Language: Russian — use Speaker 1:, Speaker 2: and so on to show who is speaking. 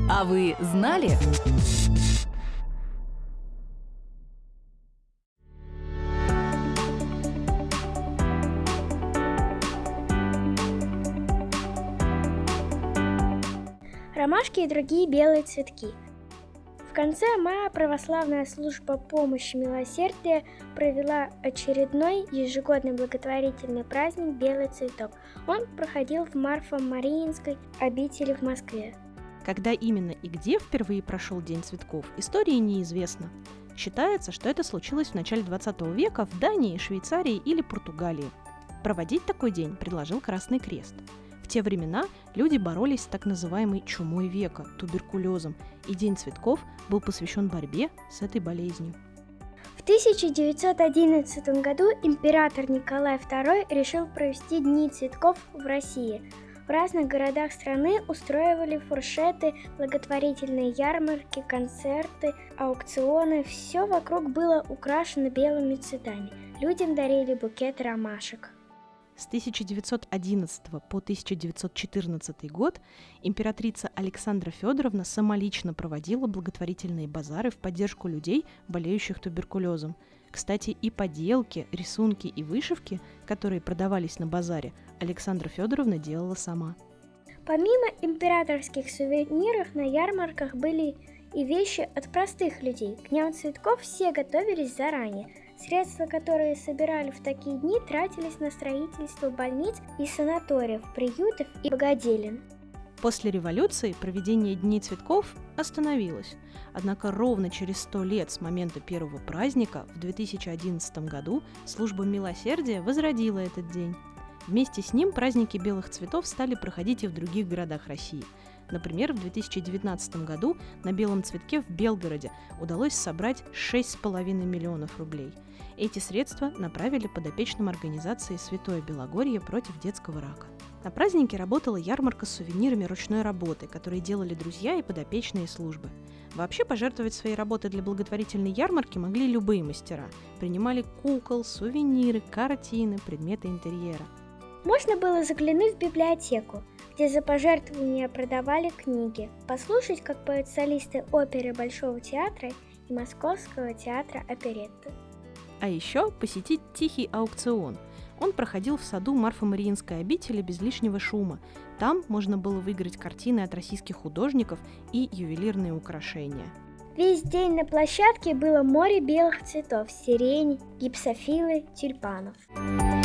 Speaker 1: А вы знали?
Speaker 2: Ромашки и другие белые цветки. В конце мая православная служба помощи милосердия провела очередной ежегодный благотворительный праздник «Белый цветок». Он проходил в Марфо-Мариинской обители в Москве.
Speaker 3: Когда именно и где впервые прошел День цветков, истории неизвестно. Считается, что это случилось в начале 20 века в Дании, Швейцарии или Португалии. Проводить такой день предложил Красный Крест. В те времена люди боролись с так называемой чумой века, туберкулезом, и День цветков был посвящен борьбе с этой болезнью.
Speaker 2: В 1911 году император Николай II решил провести Дни цветков в России. В разных городах страны устраивали фуршеты, благотворительные ярмарки, концерты, аукционы. Все вокруг было украшено белыми цветами. Людям дарили букеты ромашек.
Speaker 3: С 1911 по 1914 год императрица Александра Федоровна самолично проводила благотворительные базары в поддержку людей, болеющих туберкулезом. Кстати, и поделки, рисунки и вышивки, которые продавались на базаре, Александра Федоровна делала сама.
Speaker 2: Помимо императорских сувениров на ярмарках были и вещи от простых людей. К Дням цветков все готовились заранее. Средства, которые собирали в такие дни, тратились на строительство больниц и санаториев, приютов и богоделин.
Speaker 3: После революции проведение Дней цветков остановилось. Однако ровно через 100 лет с момента первого праздника, в 2011 году, служба милосердия возродила этот день. Вместе с ним праздники белых цветов стали проходить и в других городах России. Например, в 2019 году на белом цветке в Белгороде удалось собрать 6,5 миллионов рублей. Эти средства направили подопечным организации «Святое Белогорье против детского рака». На празднике работала ярмарка с сувенирами ручной работы, которые делали друзья и подопечные службы. Вообще пожертвовать своей работой для благотворительной ярмарки могли любые мастера. Принимали кукол, сувениры, картины, предметы интерьера.
Speaker 2: Можно было заглянуть в библиотеку, где за пожертвования продавали книги, послушать, как поют солисты оперы Большого театра и Московского театра оперетты.
Speaker 3: А еще посетить тихий аукцион. Он проходил в саду Марфо-Мариинской обители без лишнего шума. Там можно было выиграть картины от российских художников и ювелирные украшения.
Speaker 2: Весь день на площадке было море белых цветов, сирени, гипсофилы, тюльпанов.